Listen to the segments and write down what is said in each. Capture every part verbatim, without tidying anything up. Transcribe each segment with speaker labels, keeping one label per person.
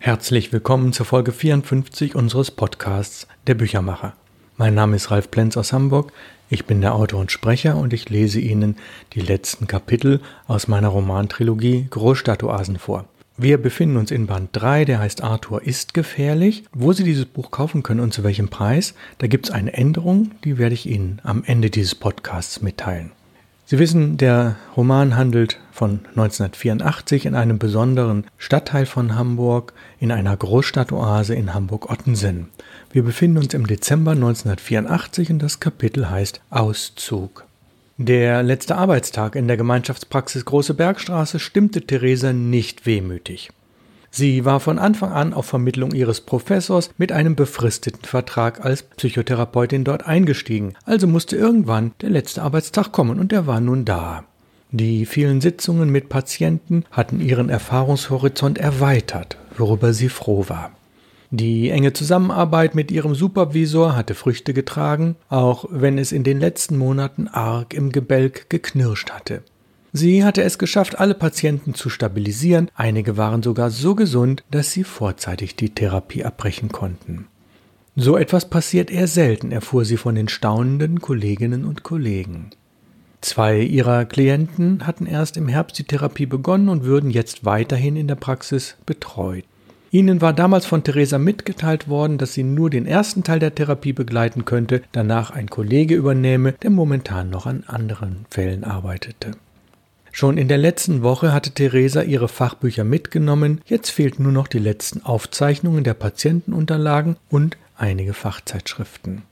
Speaker 1: Herzlich willkommen zur Folge vierundfünfzig unseres Podcasts Der Büchermacher. Mein Name ist Ralf Plenz aus Hamburg, ich bin der Autor und Sprecher und ich lese Ihnen die letzten Kapitel aus meiner Romantrilogie Großstadtoasen vor. Wir befinden uns in Band drei, der heißt Arthur ist gefährlich. Wo Sie dieses Buch kaufen können und zu welchem Preis, da gibt es eine Änderung, die werde ich Ihnen am Ende dieses Podcasts mitteilen. Sie wissen, der Roman handelt von neunzehnhundertvierundachtzig in einem besonderen Stadtteil von Hamburg, in einer Großstadtoase in Hamburg-Ottensen. Wir befinden uns im Dezember neunzehnhundertvierundachtzig und das Kapitel heißt Auszug. Der letzte Arbeitstag in der Gemeinschaftspraxis Große Bergstraße stimmte Theresa nicht wehmütig. Sie war von Anfang an auf Vermittlung ihres Professors mit einem befristeten Vertrag als Psychotherapeutin dort eingestiegen, also musste irgendwann der letzte Arbeitstag kommen und er war nun da. Die vielen Sitzungen mit Patienten hatten ihren Erfahrungshorizont erweitert, worüber sie froh war. Die enge Zusammenarbeit mit ihrem Supervisor hatte Früchte getragen, auch wenn es in den letzten Monaten arg im Gebälk geknirscht hatte. Sie hatte es geschafft, alle Patienten zu stabilisieren, einige waren sogar so gesund, dass sie vorzeitig die Therapie abbrechen konnten. So etwas passiert eher selten, erfuhr sie von den staunenden Kolleginnen und Kollegen. Zwei ihrer Klienten hatten erst im Herbst die Therapie begonnen und würden jetzt weiterhin in der Praxis betreut. Ihnen war damals von Theresa mitgeteilt worden, dass sie nur den ersten Teil der Therapie begleiten könnte, danach ein Kollege übernehme, der momentan noch an anderen Fällen arbeitete. Schon in der letzten Woche hatte Theresa ihre Fachbücher mitgenommen, jetzt fehlten nur noch die letzten Aufzeichnungen der Patientenunterlagen und einige Fachzeitschriften.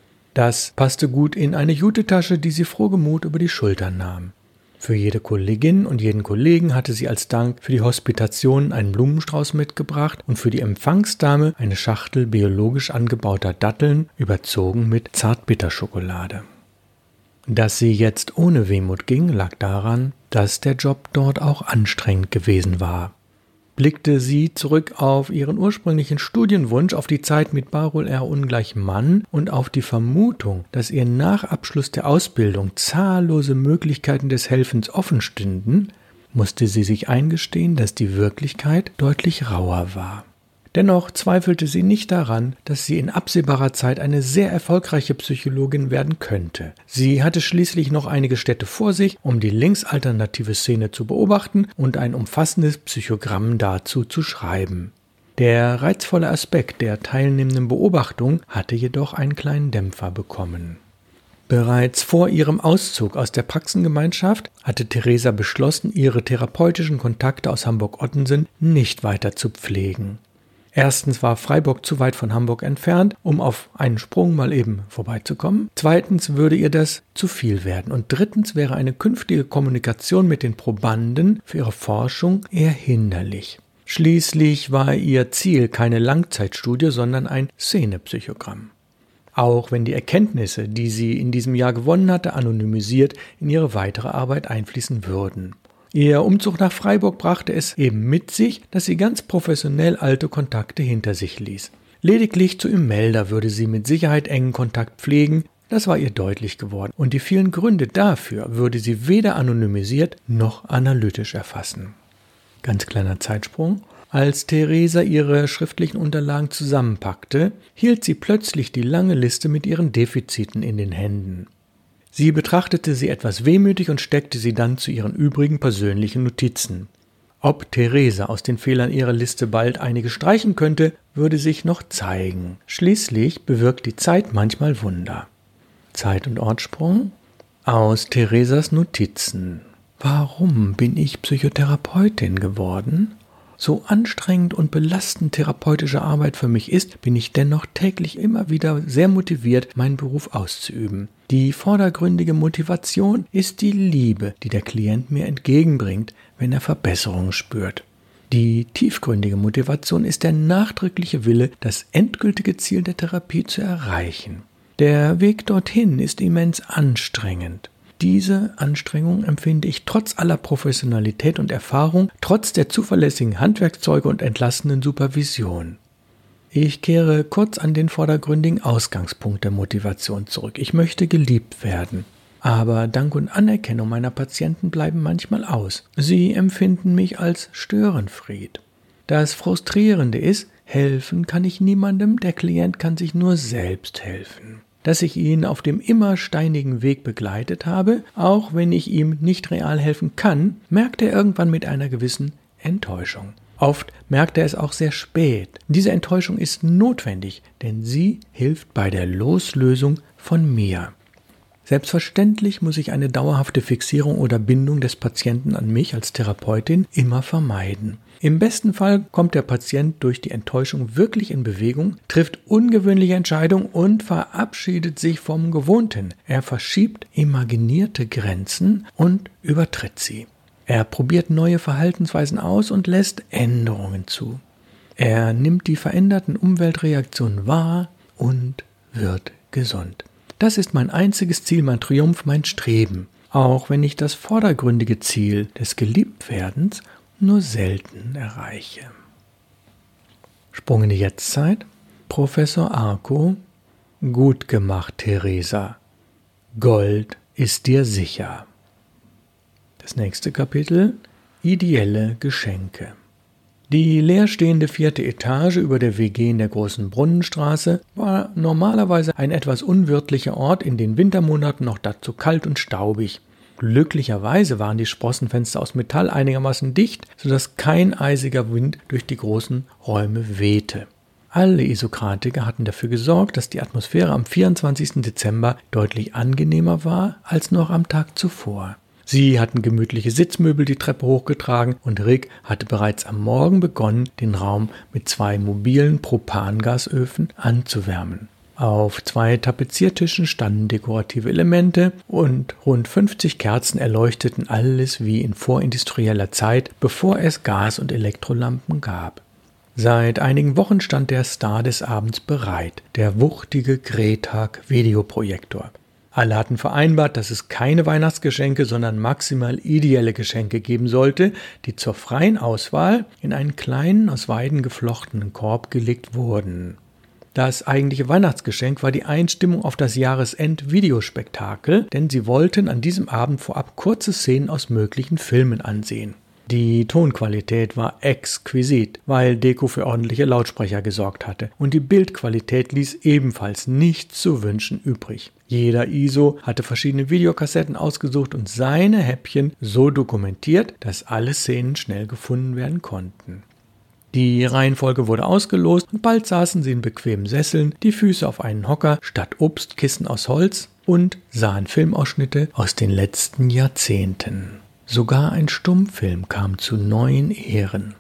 Speaker 1: Das passte gut in eine Jutetasche, die sie frohgemut über die Schultern nahm. Für jede Kollegin und jeden Kollegen hatte sie als Dank für die Hospitation einen Blumenstrauß mitgebracht und für die Empfangsdame eine Schachtel biologisch angebauter Datteln, überzogen mit Zartbitterschokolade. Dass sie jetzt ohne Wehmut ging, lag daran, dass der Job dort auch anstrengend gewesen war. Blickte sie zurück auf ihren ursprünglichen Studienwunsch, auf die Zeit mit Barol R ungleich Mann und auf die Vermutung, dass ihr nach Abschluss der Ausbildung zahllose Möglichkeiten des Helfens offen stünden, musste sie sich eingestehen, dass die Wirklichkeit deutlich rauer war. Dennoch zweifelte sie nicht daran, dass sie in absehbarer Zeit eine sehr erfolgreiche Psychologin werden könnte. Sie hatte schließlich noch einige Städte vor sich, um die linksalternative Szene zu beobachten und ein umfassendes Psychogramm dazu zu schreiben. Der reizvolle Aspekt der teilnehmenden Beobachtung hatte jedoch einen kleinen Dämpfer bekommen. Bereits vor ihrem Auszug aus der Praxengemeinschaft hatte Theresa beschlossen, ihre therapeutischen Kontakte aus Hamburg-Ottensen nicht weiter zu pflegen. Erstens war Freiburg zu weit von Hamburg entfernt, um auf einen Sprung mal eben vorbeizukommen. Zweitens würde ihr das zu viel werden. Und drittens wäre eine künftige Kommunikation mit den Probanden für ihre Forschung eher hinderlich. Schließlich war ihr Ziel keine Langzeitstudie, sondern ein Szenepsychogramm. Auch wenn die Erkenntnisse, die sie in diesem Jahr gewonnen hatte, anonymisiert in ihre weitere Arbeit einfließen würden. Ihr Umzug nach Freiburg brachte es eben mit sich, dass sie ganz professionell alte Kontakte hinter sich ließ. Lediglich zu Imelda würde sie mit Sicherheit engen Kontakt pflegen, das war ihr deutlich geworden, und die vielen Gründe dafür würde sie weder anonymisiert noch analytisch erfassen. Ganz kleiner Zeitsprung. Als Theresa ihre schriftlichen Unterlagen zusammenpackte, hielt sie plötzlich die lange Liste mit ihren Defiziten in den Händen. Sie betrachtete sie etwas wehmütig und steckte sie dann zu ihren übrigen persönlichen Notizen. Ob Theresa aus den Fehlern ihrer Liste bald einige streichen könnte, würde sich noch zeigen. Schließlich bewirkt die Zeit manchmal Wunder. Zeit- und Ortssprung aus Theresas Notizen. Warum bin ich Psychotherapeutin geworden? So anstrengend und belastend therapeutische Arbeit für mich ist, bin ich dennoch täglich immer wieder sehr motiviert, meinen Beruf auszuüben. Die vordergründige Motivation ist die Liebe, die der Klient mir entgegenbringt, wenn er Verbesserungen spürt. Die tiefgründige Motivation ist der nachdrückliche Wille, das endgültige Ziel der Therapie zu erreichen. Der Weg dorthin ist immens anstrengend. Diese Anstrengung empfinde ich trotz aller Professionalität und Erfahrung, trotz der zuverlässigen Handwerkszeuge und entlassenen Supervision. Ich kehre kurz an den vordergründigen Ausgangspunkt der Motivation zurück. Ich möchte geliebt werden. Aber Dank und Anerkennung meiner Patienten bleiben manchmal aus. Sie empfinden mich als Störenfried. Das Frustrierende ist, helfen kann ich niemandem, der Klient kann sich nur selbst helfen. Dass ich ihn auf dem immer steinigen Weg begleitet habe, auch wenn ich ihm nicht real helfen kann, merkt er irgendwann mit einer gewissen Enttäuschung. Oft merkt er es auch sehr spät. Diese Enttäuschung ist notwendig, denn sie hilft bei der Loslösung von mir. Selbstverständlich muss ich eine dauerhafte Fixierung oder Bindung des Patienten an mich als Therapeutin immer vermeiden. Im besten Fall kommt der Patient durch die Enttäuschung wirklich in Bewegung, trifft ungewöhnliche Entscheidungen und verabschiedet sich vom Gewohnten. Er verschiebt imaginierte Grenzen und übertritt sie. Er probiert neue Verhaltensweisen aus und lässt Änderungen zu. Er nimmt die veränderten Umweltreaktionen wahr und wird gesund. Das ist mein einziges Ziel, mein Triumph, mein Streben, auch wenn ich das vordergründige Ziel des Geliebtwerdens nur selten erreiche. Sprung in die Jetztzeit. Professor Arco: Gut gemacht, Theresa. Gold ist dir sicher. Das nächste Kapitel: Ideelle Geschenke. Die leerstehende vierte Etage über der W G in der Großen Brunnenstraße war normalerweise ein etwas unwirtlicher Ort, in den Wintermonaten noch dazu kalt und staubig. Glücklicherweise waren die Sprossenfenster aus Metall einigermaßen dicht, sodass kein eisiger Wind durch die großen Räume wehte. Alle Isokratiker hatten dafür gesorgt, dass die Atmosphäre am vierundzwanzigsten Dezember deutlich angenehmer war als noch am Tag zuvor. Sie hatten gemütliche Sitzmöbel die Treppe hochgetragen und Rick hatte bereits am Morgen begonnen, den Raum mit zwei mobilen Propangasöfen anzuwärmen. Auf zwei Tapeziertischen standen dekorative Elemente und rund fünfzig Kerzen erleuchteten alles wie in vorindustrieller Zeit, bevor es Gas- und Elektrolampen gab. Seit einigen Wochen stand der Star des Abends bereit, der wuchtige Gretag-Videoprojektor. Alle hatten vereinbart, dass es keine Weihnachtsgeschenke, sondern maximal ideelle Geschenke geben sollte, die zur freien Auswahl in einen kleinen, aus Weiden geflochtenen Korb gelegt wurden. Das eigentliche Weihnachtsgeschenk war die Einstimmung auf das Jahresend-Videospektakel, denn sie wollten an diesem Abend vorab kurze Szenen aus möglichen Filmen ansehen. Die Tonqualität war exquisit, weil Deko für ordentliche Lautsprecher gesorgt hatte, und die Bildqualität ließ ebenfalls nichts zu wünschen übrig. Jeder I S O hatte verschiedene Videokassetten ausgesucht und seine Häppchen so dokumentiert, dass alle Szenen schnell gefunden werden konnten. Die Reihenfolge wurde ausgelost und bald saßen sie in bequemen Sesseln, die Füße auf einen Hocker statt Obstkissen aus Holz und sahen Filmausschnitte aus den letzten Jahrzehnten. Sogar ein Stummfilm kam zu neuen Ehren.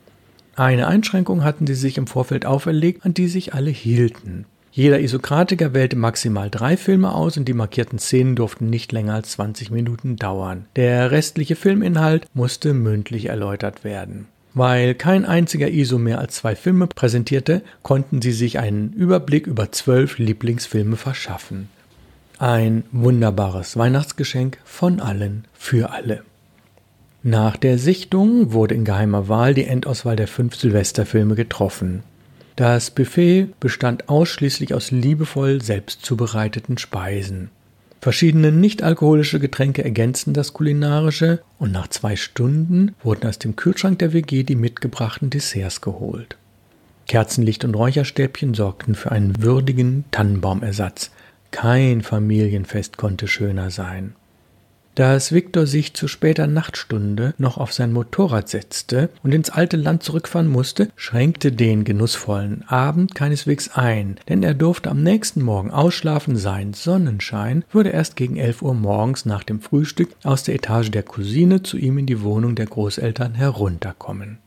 Speaker 1: Eine Einschränkung hatten sie sich im Vorfeld auferlegt, an die sich alle hielten. Jeder Isokratiker wählte maximal drei Filme aus und die markierten Szenen durften nicht länger als zwanzig Minuten dauern. Der restliche Filminhalt musste mündlich erläutert werden. Weil kein einziger I S O mehr als zwei Filme präsentierte, konnten sie sich einen Überblick über zwölf Lieblingsfilme verschaffen. Ein wunderbares Weihnachtsgeschenk von allen für alle. Nach der Sichtung wurde in geheimer Wahl die Endauswahl der fünf Silvesterfilme getroffen. Das Buffet bestand ausschließlich aus liebevoll selbst zubereiteten Speisen. Verschiedene nicht-alkoholische Getränke ergänzten das Kulinarische und nach zwei Stunden wurden aus dem Kühlschrank der W G die mitgebrachten Desserts geholt. Kerzenlicht und Räucherstäbchen sorgten für einen würdigen Tannenbaumersatz. Kein Familienfest konnte schöner sein. Dass Viktor sich zu später Nachtstunde noch auf sein Motorrad setzte und ins alte Land zurückfahren musste, schränkte den genussvollen Abend keineswegs ein, denn er durfte am nächsten Morgen ausschlafen, sein Sonnenschein würde erst gegen elf Uhr morgens nach dem Frühstück aus der Etage der Cousine zu ihm in die Wohnung der Großeltern herunterkommen.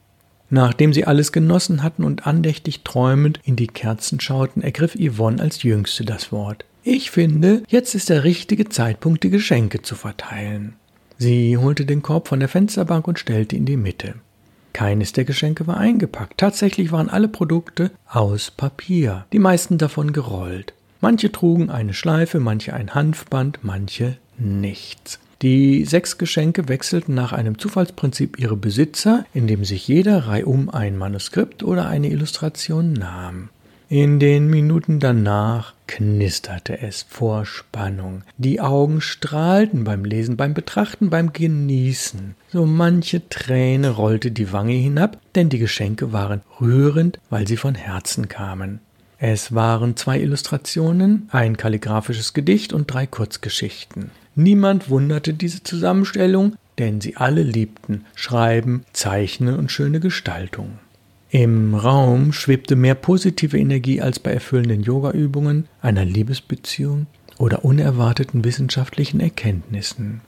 Speaker 1: Nachdem sie alles genossen hatten und andächtig träumend in die Kerzen schauten, ergriff Yvonne als Jüngste das Wort. Ich finde, jetzt ist der richtige Zeitpunkt, die Geschenke zu verteilen. Sie holte den Korb von der Fensterbank und stellte ihn in die Mitte. Keines der Geschenke war eingepackt. Tatsächlich waren alle Produkte aus Papier, die meisten davon gerollt. Manche trugen eine Schleife, manche ein Hanfband, manche nichts. Die sechs Geschenke wechselten nach einem Zufallsprinzip ihre Besitzer, indem sich jeder reihum ein Manuskript oder eine Illustration nahm. In den Minuten danach knisterte es vor Spannung. Die Augen strahlten beim Lesen, beim Betrachten, beim Genießen. So manche Träne rollte die Wange hinab, denn die Geschenke waren rührend, weil sie von Herzen kamen. Es waren zwei Illustrationen, ein kalligraphisches Gedicht und drei Kurzgeschichten. Niemand wunderte diese Zusammenstellung, denn sie alle liebten Schreiben, Zeichnen und schöne Gestaltung. Im Raum schwebte mehr positive Energie als bei erfüllenden Yoga-Übungen, einer Liebesbeziehung oder unerwarteten wissenschaftlichen Erkenntnissen.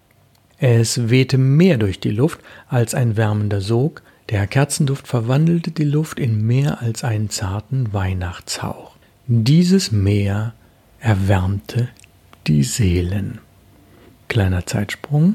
Speaker 1: Es wehte mehr durch die Luft als ein wärmender Sog, der Kerzenduft verwandelte die Luft in mehr als einen zarten Weihnachtshauch. Dieses Meer erwärmte die Seelen. Kleiner Zeitsprung.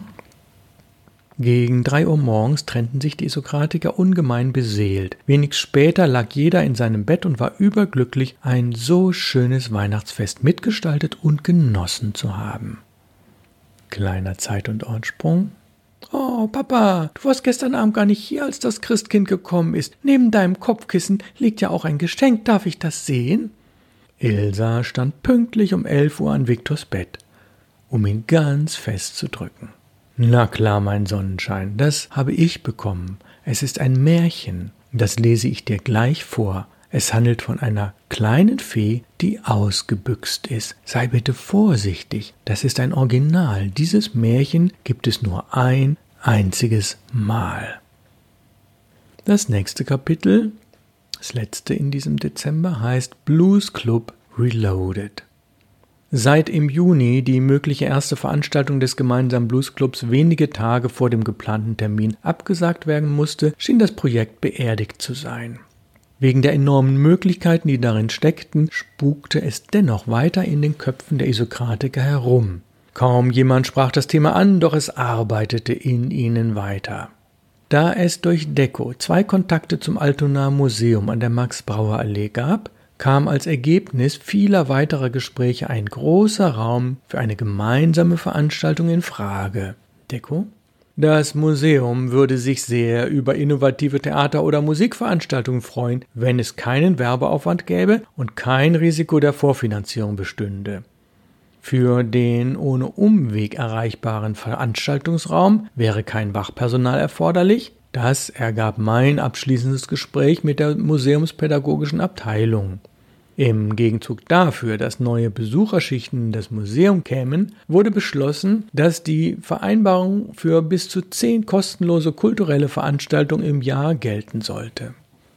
Speaker 1: Gegen drei Uhr morgens trennten sich die Sokratiker ungemein beseelt. Wenig später lag jeder in seinem Bett und war überglücklich, ein so schönes Weihnachtsfest mitgestaltet und genossen zu haben. Kleiner Zeit- und Ortssprung. »Oh, Papa, du warst gestern Abend gar nicht hier, als das Christkind gekommen ist. Neben deinem Kopfkissen liegt ja auch ein Geschenk. Darf ich das sehen?« Ilsa stand pünktlich um elf Uhr an Viktors Bett, um ihn ganz fest zu drücken. »Na klar, mein Sonnenschein, das habe ich bekommen. Es ist ein Märchen. Das lese ich dir gleich vor. Es handelt von einer kleinen Fee, die ausgebüxt ist. Sei bitte vorsichtig. Das ist ein Original. Dieses Märchen gibt es nur ein einziges Mal.« Das nächste Kapitel, das letzte in diesem Dezember, heißt Blues Club Reloaded. Seit im Juni die mögliche erste Veranstaltung des gemeinsamen Bluesclubs wenige Tage vor dem geplanten Termin abgesagt werden musste, schien das Projekt beerdigt zu sein. Wegen der enormen Möglichkeiten, die darin steckten, spukte es dennoch weiter in den Köpfen der Isokratiker herum. Kaum jemand sprach das Thema an, doch es arbeitete in ihnen weiter. Da es durch Deko zwei Kontakte zum Altonaer Museum an der Max-Brauer-Allee gab, kam als Ergebnis vieler weiterer Gespräche ein großer Raum für eine gemeinsame Veranstaltung in Frage. Deko? Das Museum würde sich sehr über innovative Theater- oder Musikveranstaltungen freuen, wenn es keinen Werbeaufwand gäbe und kein Risiko der Vorfinanzierung bestünde. Für den ohne Umweg erreichbaren Veranstaltungsraum wäre kein Wachpersonal erforderlich. Das ergab mein abschließendes Gespräch mit der museumspädagogischen Abteilung. Im Gegenzug dafür, dass neue Besucherschichten in das Museum kämen, wurde beschlossen, dass die Vereinbarung für bis zu zehn kostenlose kulturelle Veranstaltungen im Jahr gelten sollte.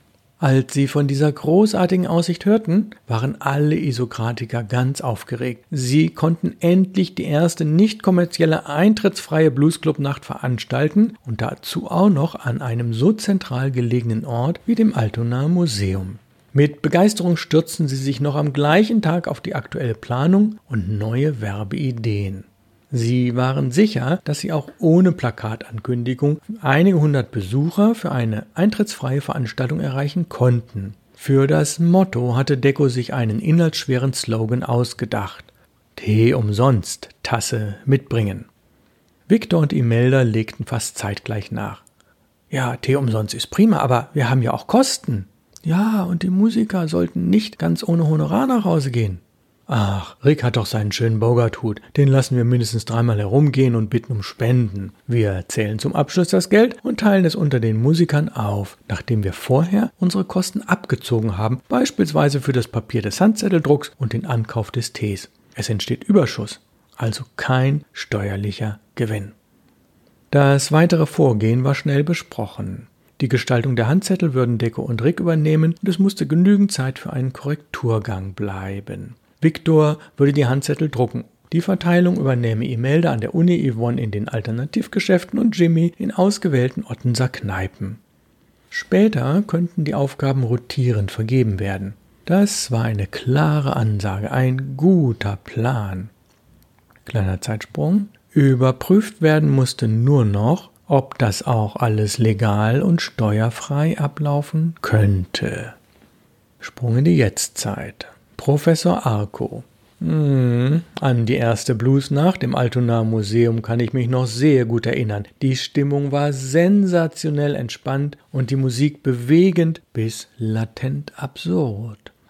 Speaker 1: Als sie von dieser großartigen Aussicht hörten, waren alle Isokratiker ganz aufgeregt. Sie konnten endlich die erste nicht kommerzielle eintrittsfreie Bluesclub-Nacht veranstalten und dazu auch noch an einem so zentral gelegenen Ort wie dem Altonaer Museum. Mit Begeisterung stürzten sie sich noch am gleichen Tag auf die aktuelle Planung und neue Werbeideen. Sie waren sicher, dass sie auch ohne Plakatankündigung einige hundert Besucher für eine eintrittsfreie Veranstaltung erreichen konnten. Für das Motto hatte Deko sich einen inhaltsschweren Slogan ausgedacht: Tee umsonst, Tasse mitbringen. Viktor und Imelda legten fast zeitgleich nach. Ja, Tee umsonst ist prima, aber wir haben ja auch Kosten. Ja, und die Musiker sollten nicht ganz ohne Honorar nach Hause gehen. Ach, Rick hat doch seinen schönen Bogart-Hut. Den lassen wir mindestens dreimal herumgehen und bitten um Spenden. Wir zählen zum Abschluss das Geld und teilen es unter den Musikern auf, nachdem wir vorher unsere Kosten abgezogen haben, beispielsweise für das Papier des Handzetteldrucks und den Ankauf des Tees. Es entsteht Überschuss, also kein steuerlicher Gewinn. Das weitere Vorgehen war schnell besprochen. Die Gestaltung der Handzettel würden Deko und Rick übernehmen und es musste genügend Zeit für einen Korrekturgang bleiben. Viktor würde die Handzettel drucken. Die Verteilung übernehme Imelda an der Uni, Yvonne in den Alternativgeschäften und Jimmy in ausgewählten Ottenser Kneipen. Später könnten die Aufgaben rotierend vergeben werden. Das war eine klare Ansage, ein guter Plan. Kleiner Zeitsprung. Überprüft werden musste nur noch, ob das auch alles legal und steuerfrei ablaufen könnte. Sprung in die Jetztzeit. Professor Arco. Hm, an die erste Bluesnacht im Altonaer Museum kann ich mich noch sehr gut erinnern. Die Stimmung war sensationell entspannt und die Musik bewegend bis latent absurd.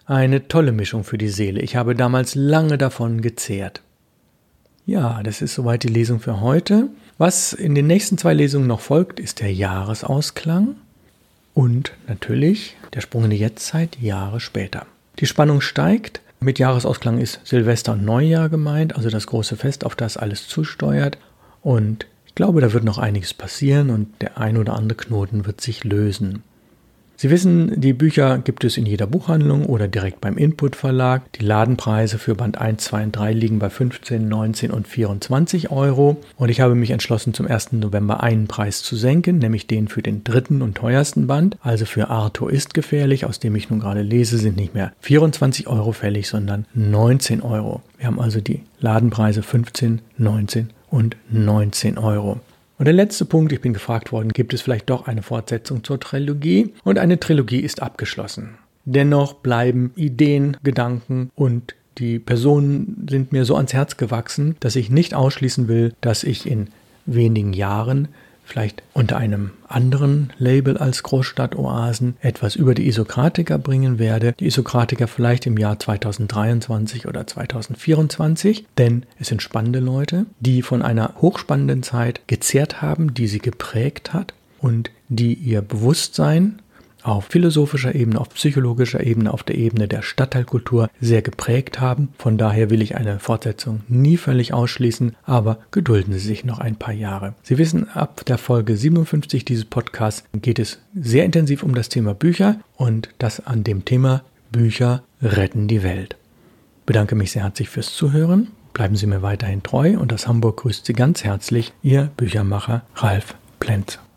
Speaker 1: eine tolle Mischung für die Seele. Ich habe damals lange davon gezehrt. Ja, das ist soweit die Lesung für heute. Was in den nächsten zwei Lesungen noch folgt, ist der Jahresausklang und natürlich der Sprung in die Jetztzeit Jahre später. Die Spannung steigt. Mit Jahresausklang ist Silvester und Neujahr gemeint, also das große Fest, auf das alles zusteuert. Und ich glaube, da wird noch einiges passieren und der ein oder andere Knoten wird sich lösen. Sie wissen, die Bücher gibt es in jeder Buchhandlung oder direkt beim Input Verlag. Die Ladenpreise für Band eins, zwei und drei liegen bei fünfzehn, neunzehn und vierundzwanzig Euro. Und ich habe mich entschlossen, zum ersten November einen Preis zu senken, nämlich den für den dritten und teuersten Band. Also für Arthur ist gefährlich, aus dem ich nun gerade lese, sind nicht mehr vierundzwanzig Euro fällig, sondern neunzehn Euro. Wir haben also die Ladenpreise fünfzehn, neunzehn und neunzehn Euro. Und der letzte Punkt, ich bin gefragt worden, gibt es vielleicht doch eine Fortsetzung zur Trilogie? Und eine Trilogie ist abgeschlossen. Dennoch bleiben Ideen, Gedanken und die Personen sind mir so ans Herz gewachsen, dass ich nicht ausschließen will, dass ich in wenigen Jahren vielleicht unter einem anderen Label als Großstadtoasen etwas über die Isokratiker bringen werde. Die Isokratiker vielleicht im Jahr zweitausenddreiundzwanzig oder zweitausendvierundzwanzig, denn es sind spannende Leute, die von einer hochspannenden Zeit gezehrt haben, die sie geprägt hat und die ihr Bewusstsein auf philosophischer Ebene, auf psychologischer Ebene, auf der Ebene der Stadtteilkultur sehr geprägt haben. Von daher will ich eine Fortsetzung nie völlig ausschließen, aber gedulden Sie sich noch ein paar Jahre. Sie wissen, ab der Folge siebenundfünfzig dieses Podcasts geht es sehr intensiv um das Thema Bücher und das an dem Thema Bücher retten die Welt. Ich bedanke mich sehr herzlich fürs Zuhören. Bleiben Sie mir weiterhin treu und aus Hamburg grüßt Sie ganz herzlich Ihr Büchermacher Ralf Plenz.